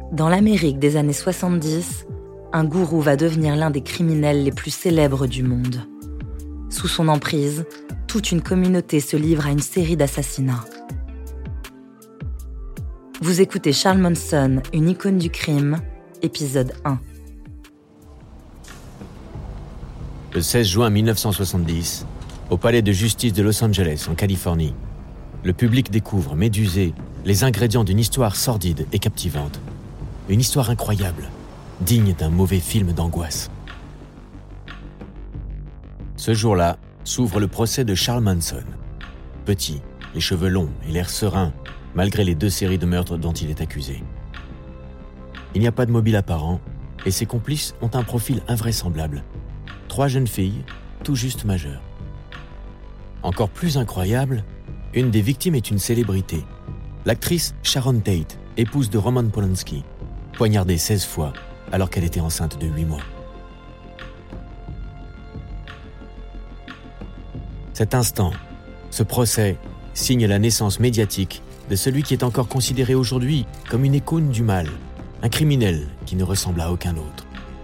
Dans l'Amérique des années 70, un gourou va devenir l'un des criminels les plus célèbres du monde. Sous son emprise, toute une communauté se livre à une série d'assassinats. Vous écoutez Charles Manson, une icône du crime, épisode 1. Le 16 juin 1970, au palais de justice de Los Angeles, en Californie, le public découvre, médusé, les ingrédients d'une histoire sordide et captivante. Une histoire incroyable, digne d'un mauvais film d'angoisse. Ce jour-là, s'ouvre le procès de Charles Manson. Petit, les cheveux longs et l'air serein, malgré les 2 séries de meurtres dont il est accusé. Il n'y a pas de mobile apparent, et ses complices ont un profil invraisemblable. 3 jeunes filles, tout juste majeures. Encore plus incroyable, une des victimes est une célébrité. L'actrice Sharon Tate, épouse de Roman Polanski, poignardée 16 fois alors qu'elle était enceinte de 8 mois. Cet instant, ce procès, signe la naissance médiatique de celui qui est encore considéré aujourd'hui comme une icône du mal, un criminel qui ne ressemble à aucun autre.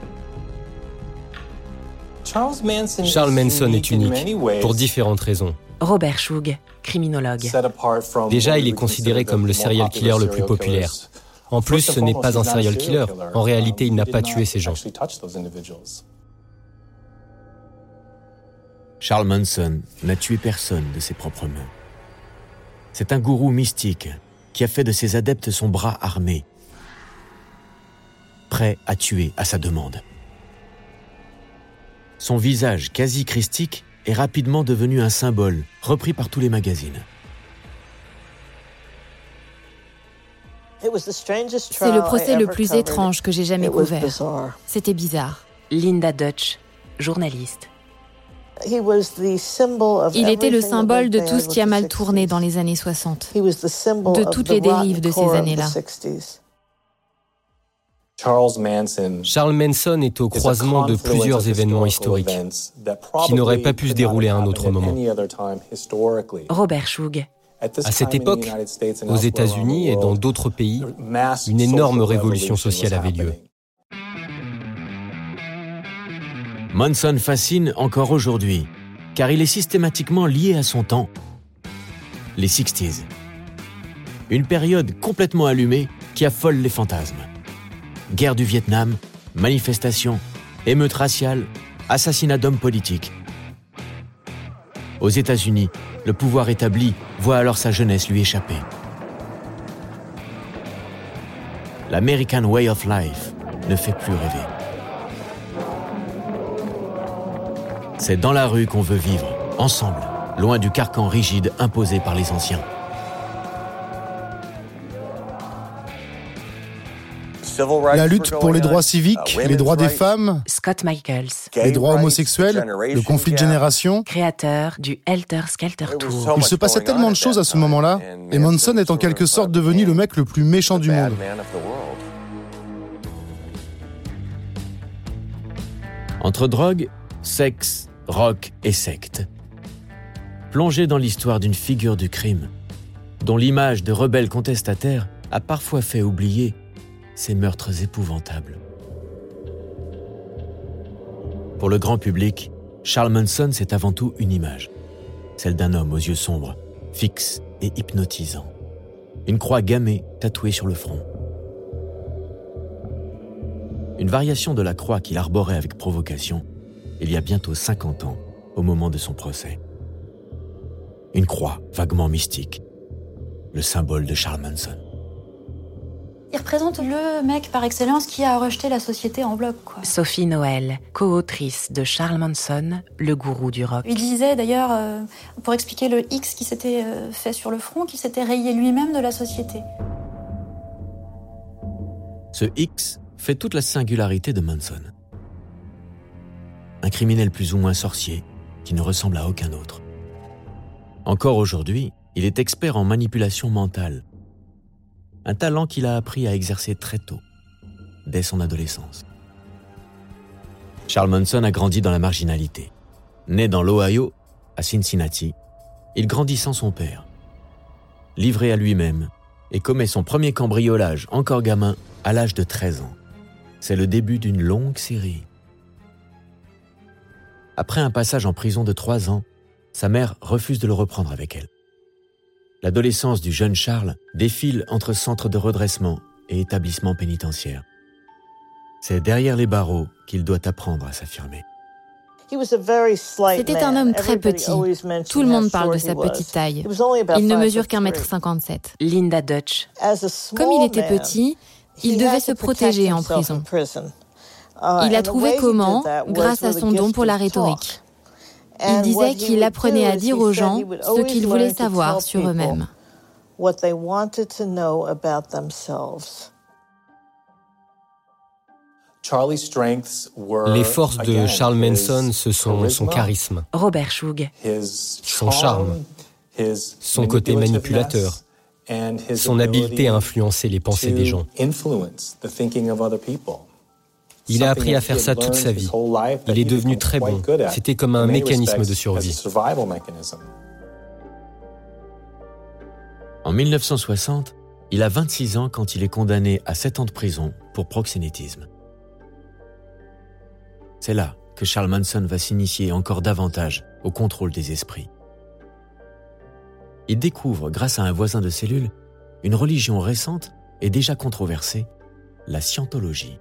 Charles Manson est unique, pour différentes raisons. Robert Shug, criminologue. Déjà, il est considéré comme le serial killer le plus populaire. En plus, ce n'est pas un serial killer. En réalité, il n'a pas tué ces gens. Charles Manson n'a tué personne de ses propres mains. C'est un gourou mystique qui a fait de ses adeptes son bras armé, prêt à tuer à sa demande. Son visage quasi christique est rapidement devenu un symbole, repris par tous les magazines. C'est le procès le plus étrange que j'ai jamais couvert. C'était bizarre. Linda Dutch, journaliste. Il était le symbole de tout ce qui a mal tourné dans les années 60, de toutes les dérives de ces années-là. Charles Manson est au croisement de plusieurs événements historiques qui n'auraient pas pu se dérouler à un autre moment. Robert Shug. À cette époque, aux États-Unis et dans d'autres pays, une énorme révolution sociale avait lieu. Manson fascine encore aujourd'hui, car il est systématiquement lié à son temps. Les 60s. Une période complètement allumée qui affole les fantasmes. Guerre du Vietnam, manifestations, émeutes raciales, assassinats d'hommes politiques. Aux États-Unis, le pouvoir établi voit alors sa jeunesse lui échapper. L'American Way of Life ne fait plus rêver. C'est dans la rue qu'on veut vivre, ensemble, loin du carcan rigide imposé par les anciens. La lutte pour les droits civiques, les droits des femmes, Scott Michaels, les droits homosexuels, le conflit de génération. Créateur du Helter Skelter Tour. Il se passait tellement de choses à ce moment-là, et Manson est en quelque sorte devenu le mec le plus méchant du monde. Entre drogue, sexe, rock et secte. Plongé dans l'histoire d'une figure du crime, dont l'image de rebelle contestataire a parfois fait oublier ces meurtres épouvantables. Pour le grand public, Charles Manson, c'est avant tout une image. Celle d'un homme aux yeux sombres, fixe et hypnotisant. Une croix gammée tatouée sur le front. Une variation de la croix qu'il arborait avec provocation il y a bientôt 50 ans, au moment de son procès. Une croix vaguement mystique, le symbole de Charles Manson. Il représente le mec par excellence qui a rejeté la société en bloc, quoi. Sophie Noël, co-autrice de Charles Manson, le gourou du rock. Il disait d'ailleurs, pour expliquer le X qui s'était fait sur le front, qu'il s'était rayé lui-même de la société. Ce X fait toute la singularité de Manson. Un criminel plus ou moins sorcier qui ne ressemble à aucun autre. Encore aujourd'hui, il est expert en manipulation mentale. Un talent qu'il a appris à exercer très tôt, dès son adolescence. Charles Manson a grandi dans la marginalité. Né dans l'Ohio, à Cincinnati, il grandit sans son père. Livré à lui-même, et commet son premier cambriolage, encore gamin, à l'âge de 13 ans. C'est le début d'une longue série. Après un passage en prison de 3 ans, sa mère refuse de le reprendre avec elle. L'adolescence du jeune Charles défile entre centres de redressement et établissements pénitentiaires. C'est derrière les barreaux qu'il doit apprendre à s'affirmer. C'était un homme très petit. Tout le monde parle de sa petite taille. Il ne mesure qu'1,57 m. Linda Dutch. Comme il était petit, il devait se protéger en prison. Il a trouvé comment, grâce à son don pour la rhétorique. Il disait qu'il apprenait à dire aux gens ce qu'ils voulaient savoir sur eux-mêmes. Les forces de Charles Manson, ce sont son charisme, Robert Shug. son charme, son côté manipulateur, son habileté à influencer les pensées des gens. Il a appris à faire ça toute sa vie. Il est devenu très bon. C'était comme un mécanisme de survie. En 1960, il a 26 ans quand il est condamné à 7 ans de prison pour proxénétisme. C'est là que Charles Manson va s'initier encore davantage au contrôle des esprits. Il découvre, grâce à un voisin de cellule, une religion récente et déjà controversée, la scientologie.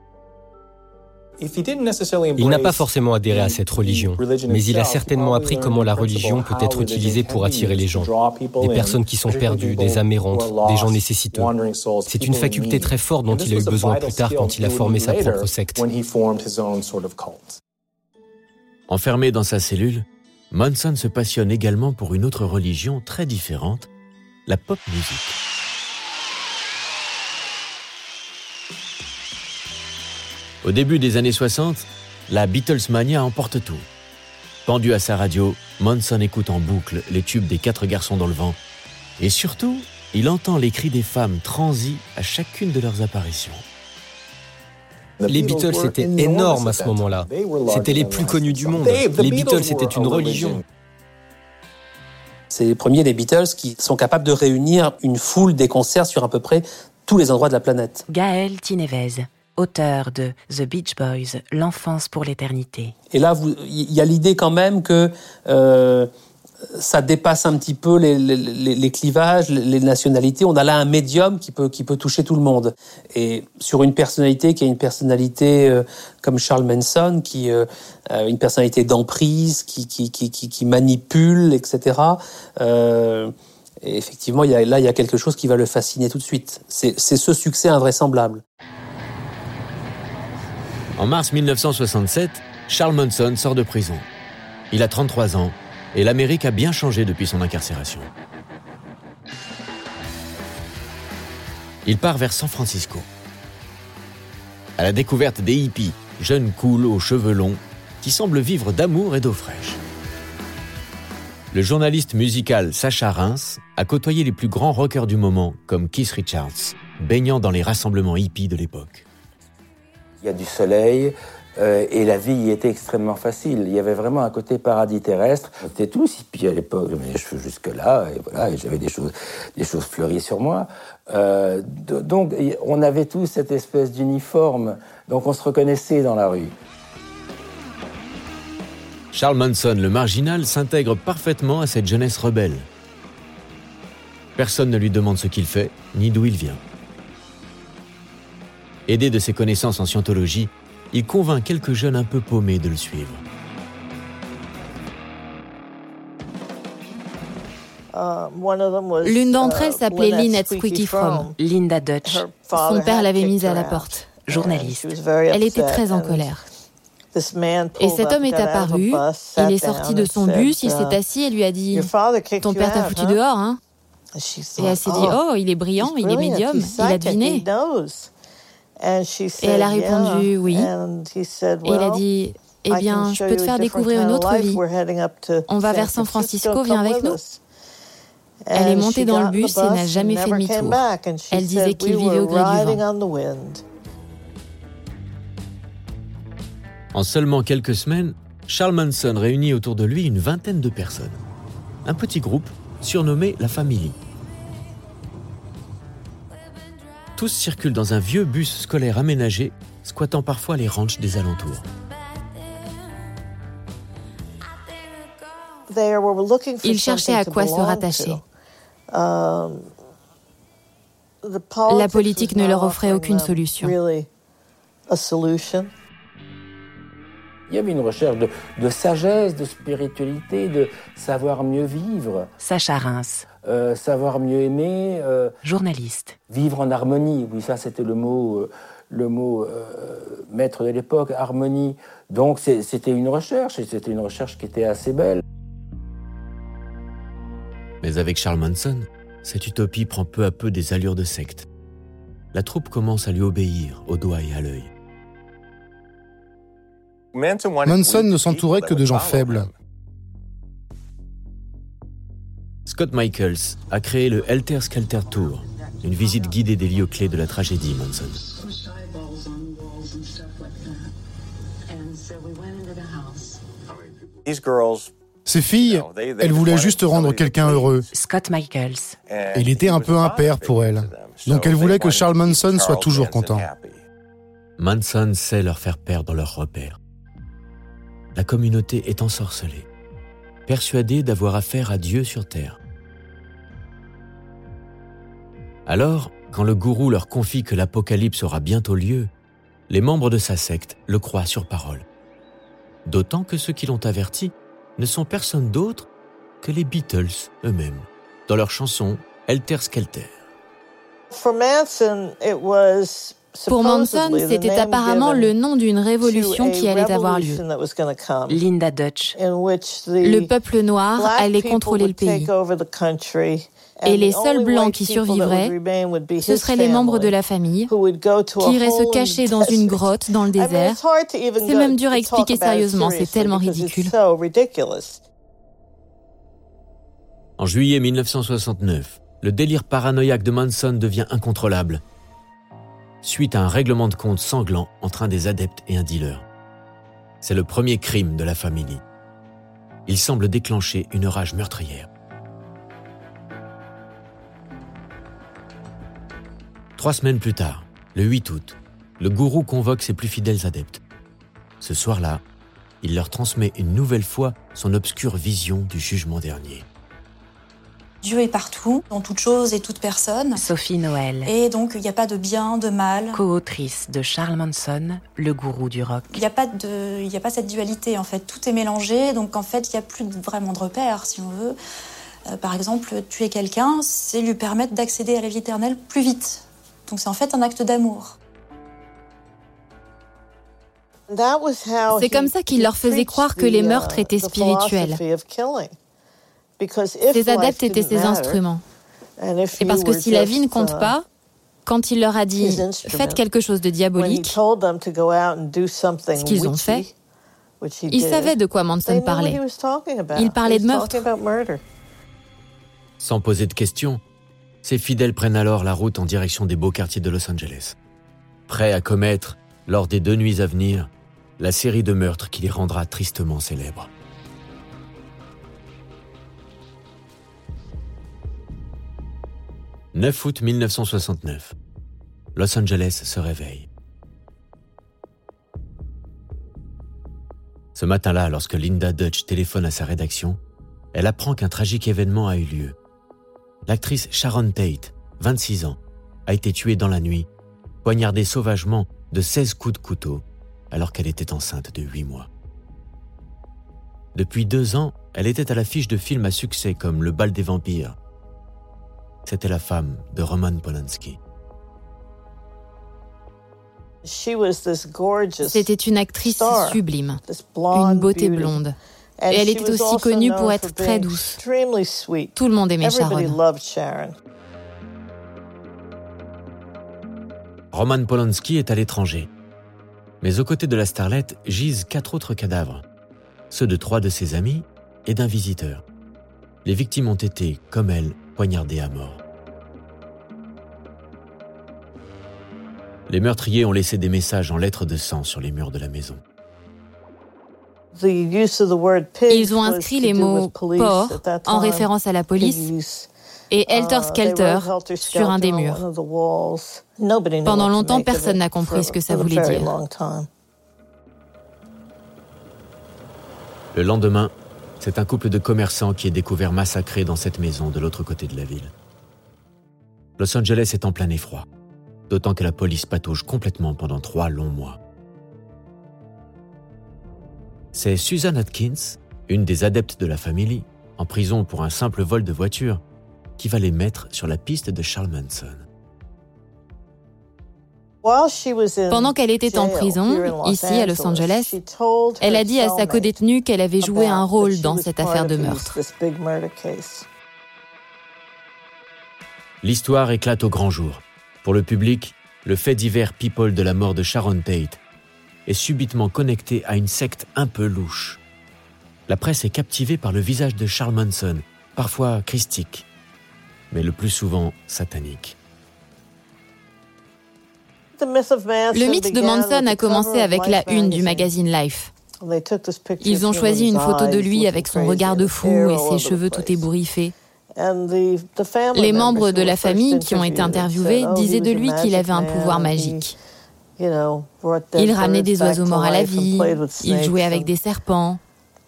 Il n'a pas forcément adhéré à cette religion, mais il a certainement appris comment la religion peut être utilisée pour attirer les gens, des personnes qui sont perdues, des âmes errantes, des gens nécessiteux. C'est une faculté très forte dont il a eu besoin plus tard quand il a formé sa propre secte. Enfermé dans sa cellule, Manson se passionne également pour une autre religion très différente, la pop music. Au début des années 60, la Beatlesmania emporte tout. Pendu à sa radio, Manson écoute en boucle les tubes des 4 garçons dans le vent. Et surtout, il entend les cris des femmes transies à chacune de leurs apparitions. Les Beatles étaient énormes à ce moment-là. C'étaient les plus connus du monde. Les Beatles, c'était une religion. C'est les premiers, les Beatles, qui sont capables de réunir une foule des concerts sur à peu près tous les endroits de la planète. Gaël Tinevez, auteur de The Beach Boys, l'enfance pour l'éternité. Et là, il y a l'idée quand même que ça dépasse un petit peu les clivages, les nationalités. On a là un médium qui peut toucher tout le monde. Et sur une personnalité qui est une personnalité comme Charles Manson, qui une personnalité d'emprise, qui manipule, etc. Et effectivement, il y a quelque chose qui va le fasciner tout de suite. C'est ce succès invraisemblable. En mars 1967, Charles Manson sort de prison. Il a 33 ans et l'Amérique a bien changé depuis son incarcération. Il part vers San Francisco. À la découverte des hippies, jeunes cool aux cheveux longs, qui semblent vivre d'amour et d'eau fraîche. Le journaliste musical Sacha Reims a côtoyé les plus grands rockers du moment, comme Keith Richards, baignant dans les rassemblements hippies de l'époque. Il y a du soleil et la vie y était extrêmement facile. Il y avait vraiment un côté paradis terrestre. On était tous hippies à l'époque, j'avais les cheveux jusque-là, et voilà, et j'avais des choses fleuries sur moi. Donc on avait tous cette espèce d'uniforme, donc on se reconnaissait dans la rue. Charles Manson, le marginal, s'intègre parfaitement à cette jeunesse rebelle. Personne ne lui demande ce qu'il fait, ni d'où il vient. Aidé de ses connaissances en scientologie, il convainc quelques jeunes un peu paumés de le suivre. L'une d'entre elles s'appelait Lynette Squeaky Fromm. Linda Dutch, Son père l'avait mise à la porte. journaliste. Elle était très en colère. Et cet homme est apparu, il est sorti de son bus, il s'est assis et lui a dit « Ton père t'a foutu dehors, hein ?» Et elle s'est dit « Oh, il est brillant, il est médium, il a deviné. » Et elle a répondu « Oui. » Et il a dit « Eh bien, je peux te faire découvrir une autre vie. On va vers San Francisco, viens avec nous. » Elle est montée dans le bus et n'a jamais fait demi-tour. Elle disait qu'il vivait au gré du vent. En seulement quelques semaines, Charles Manson réunit autour de lui une vingtaine de personnes. Un petit groupe surnommé la Family. Tous circulent dans un vieux bus scolaire aménagé, squattant parfois les ranchs des alentours. Ils cherchaient à quoi se rattacher. La politique ne leur offrait aucune solution. Il y avait une recherche de sagesse, de spiritualité, de savoir mieux vivre. Sacha Reims, Savoir mieux aimer. journaliste. Vivre en harmonie, oui, ça c'était le mot maître de l'époque, harmonie. Donc c'était une recherche, et c'était une recherche qui était assez belle. Mais avec Charles Manson, cette utopie prend peu à peu des allures de secte. La troupe commence à lui obéir au doigt et à l'œil. Manson ne s'entourait que de gens faibles. Scott Michaels a créé le Helter Skelter Tour, une visite guidée des lieux clés de la tragédie Manson. Ces filles, elles voulaient juste rendre quelqu'un heureux. Scott Michaels, Et il était un peu un père pour elles. Donc elles voulaient que Charles Manson soit toujours content. Manson sait leur faire perdre leurs repères. La communauté est ensorcelée, persuadée d'avoir affaire à Dieu sur terre. Alors, quand le gourou leur confie que l'apocalypse aura bientôt lieu, les membres de sa secte le croient sur parole. D'autant que ceux qui l'ont averti ne sont personne d'autre que les Beatles eux-mêmes, dans leur chanson Helter Skelter. Pour Manson, c'était apparemment le nom d'une révolution qui allait avoir lieu. Linda Dutch, Le peuple noir allait contrôler le pays. Et les seuls blancs qui survivraient, ce seraient les membres de la famille, qui iraient se cacher dans une grotte dans le désert. C'est même dur à expliquer sérieusement, c'est tellement ridicule. En juillet 1969, le délire paranoïaque de Manson devient incontrôlable, suite à un règlement de compte sanglant entre un des adeptes et un dealer. C'est le premier crime de la famille. Il semble déclencher une rage meurtrière. 3 semaines plus tard, le 8 août, le gourou convoque ses plus fidèles adeptes. Ce soir-là, il leur transmet une nouvelle fois son obscure vision du jugement dernier. Dieu est partout, dans toute chose et toute personne. Sophie Noël, Et donc, il n'y a pas de bien, de mal. co-autrice de Charles Manson, le gourou du rock. Il n'y a pas cette dualité, en fait. Tout est mélangé, donc en fait, il n'y a plus vraiment de repères, si on veut. Par exemple, tuer quelqu'un, c'est lui permettre d'accéder à la vie éternelle plus vite. Donc c'est en fait un acte d'amour. C'est comme ça qu'il leur faisait croire que les meurtres étaient spirituels. Ses adeptes étaient ses instruments. Et parce que si la vie ne compte pas, quand il leur a dit « faites quelque chose de diabolique », ce qu'ils ont fait, ils savaient de quoi Manson parlait. Il parlait de meurtre. Sans poser de questions, ses fidèles prennent alors la route en direction des beaux quartiers de Los Angeles, prêts à commettre, lors des 2 nuits à venir, la série de meurtres qui les rendra tristement célèbres. « 9 août 1969. Los Angeles se réveille. Ce matin-là, lorsque Linda Dutch téléphone à sa rédaction, elle apprend qu'un tragique événement a eu lieu. L'actrice Sharon Tate, 26 ans, a été tuée dans la nuit, poignardée sauvagement de 16 coups de couteau, alors qu'elle était enceinte de 8 mois. Depuis 2 ans, elle était à l'affiche de films à succès comme Le bal des vampires. C'était la femme de Roman Polanski. C'était une actrice sublime, une beauté blonde. Et elle était aussi connue pour être très douce. Tout le monde aimait Sharon. Roman Polanski est à l'étranger. Mais aux côtés de la starlette gisent 4 autres cadavres. Ceux de 3 de ses amis et d'un visiteur. Les victimes ont été, comme elle, poignardées à mort. Les meurtriers ont laissé des messages en lettres de sang sur les murs de la maison. Ils ont inscrit les mots « porc » en référence à la police et Helter Skelter sur un des murs. Pendant longtemps, personne n'a compris ce que ça voulait dire. Le lendemain, c'est un couple de commerçants qui est découvert massacré dans cette maison de l'autre côté de la ville. Los Angeles est en plein effroi, d'autant que la police patauge complètement pendant 3 longs mois. C'est Susan Atkins, une des adeptes de la famille, en prison pour un simple vol de voiture, qui va les mettre sur la piste de Charles Manson. Pendant qu'elle était en prison, ici à Los Angeles, elle a dit à sa codétenue qu'elle avait joué un rôle dans cette affaire de meurtre. L'histoire éclate au grand jour. Pour le public, le fait divers people de la mort de Sharon Tate est subitement connecté à une secte un peu louche. La presse est captivée par le visage de Charles Manson, parfois christique, mais le plus souvent satanique. Le mythe de Manson a commencé avec la une du magazine Life. Ils ont choisi une photo de lui avec son regard de fou et ses cheveux tout ébouriffés. Les membres de la famille qui ont été interviewés disaient de lui qu'il avait un pouvoir magique. Il ramenait des oiseaux morts à la vie, il jouait avec des serpents.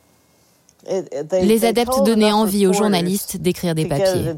Les adeptes donnaient envie aux journalistes d'écrire des papiers.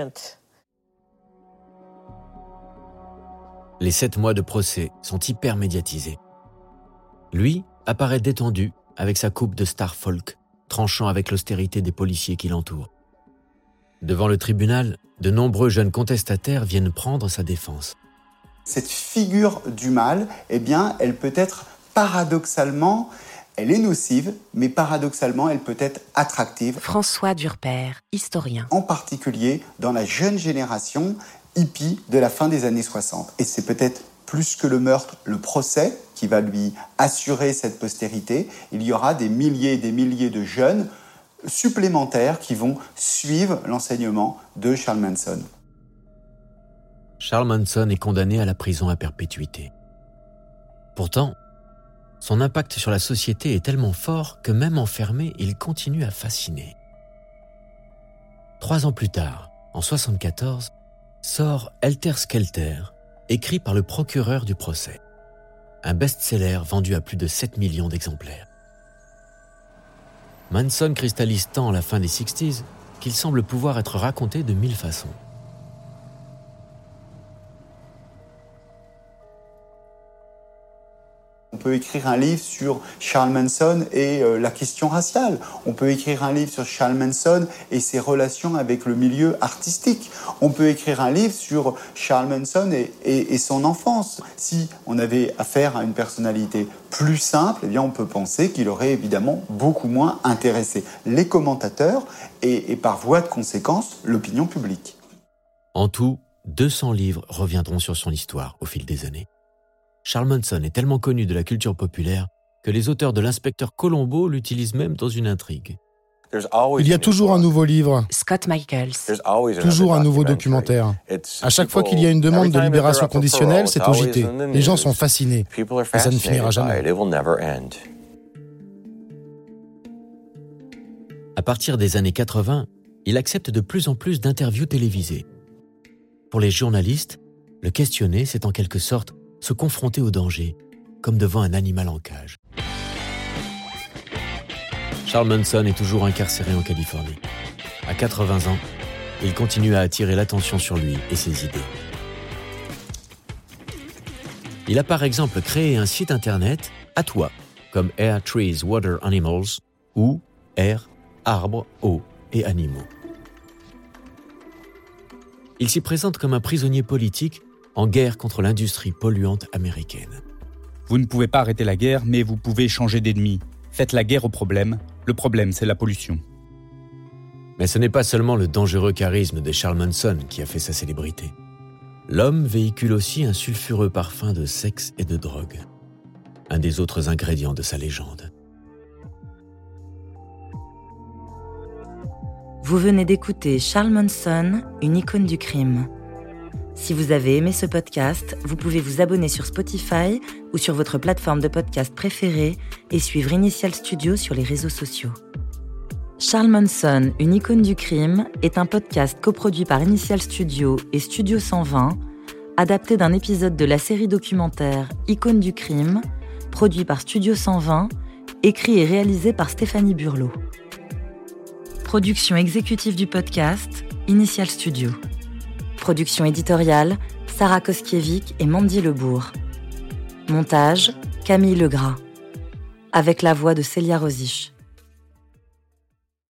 Les 7 mois de procès sont hyper médiatisés. Lui apparaît détendu avec sa coupe de star folk, tranchant avec l'austérité des policiers qui l'entourent. Devant le tribunal, de nombreux jeunes contestataires viennent prendre sa défense. Cette figure du mal, eh bien, elle peut être paradoxalement, elle est nocive, mais paradoxalement, elle peut être attractive. François Durper, historien. En particulier dans la jeune génération hippie de la fin des années 60. Et c'est peut-être plus que le meurtre, le procès qui va lui assurer cette postérité. Il y aura des milliers et des milliers de jeunes supplémentaires qui vont suivre l'enseignement de Charles Manson. Charles Manson est condamné à la prison à perpétuité. Pourtant, son impact sur la société est tellement fort que même enfermé, il continue à fasciner. 3 ans plus tard, en 1974, sort Helter Skelter, écrit par le procureur du procès. Un best-seller vendu à plus de 7 millions d'exemplaires. Manson cristallise tant à la fin des 60s qu'il semble pouvoir être raconté de 1000 façons. On peut écrire un livre sur Charles Manson et la question raciale. On peut écrire un livre sur Charles Manson et ses relations avec le milieu artistique. On peut écrire un livre sur Charles Manson et son enfance. Si on avait affaire à une personnalité plus simple, eh bien on peut penser qu'il aurait évidemment beaucoup moins intéressé les commentateurs et par voie de conséquence, l'opinion publique. En tout, 200 livres reviendront sur son histoire au fil des années. Charles Manson est tellement connu de la culture populaire que les auteurs de l'Inspecteur Colombo l'utilisent même dans une intrigue. Il y a toujours un nouveau livre, Scott Michaels. toujours un nouveau documentaire. À chaque fois qu'il y a une demande de libération conditionnelle, c'est au JT. Les gens sont fascinés. Et ça ne finira jamais. À partir des années 80, il accepte de plus en plus d'interviews télévisées. Pour les journalistes, le questionner, c'est en quelque sorte se confronter au danger, comme devant un animal en cage. Charles Manson est toujours incarcéré en Californie. À 80 ans, il continue à attirer l'attention sur lui et ses idées. Il a par exemple créé un site internet à toit, comme Air, Trees, Water, Animals, ou Air, Arbres, Eau et Animaux. Il s'y présente comme un prisonnier politique en guerre contre l'industrie polluante américaine. Vous ne pouvez pas arrêter la guerre, mais vous pouvez changer d'ennemi. Faites la guerre au problème. Le problème, c'est la pollution. Mais ce n'est pas seulement le dangereux charisme de Charles Manson qui a fait sa célébrité. L'homme véhicule aussi un sulfureux parfum de sexe et de drogue. Un des autres ingrédients de sa légende. Vous venez d'écouter Charles Manson, une icône du crime. Si vous avez aimé ce podcast, vous pouvez vous abonner sur Spotify ou sur votre plateforme de podcast préférée et suivre Initial Studio sur les réseaux sociaux. Charles Manson, une icône du crime, est un podcast coproduit par Initial Studio et Studio 120, adapté d'un épisode de la série documentaire Icône du crime, produit par Studio 120, écrit et réalisé par Stéphanie Burlot. Production exécutive du podcast, Initial Studio. Production éditoriale, Sarah Koskiewicz et Mandy Lebourg. Montage, Camille Legras. Avec la voix de Célia Rosich.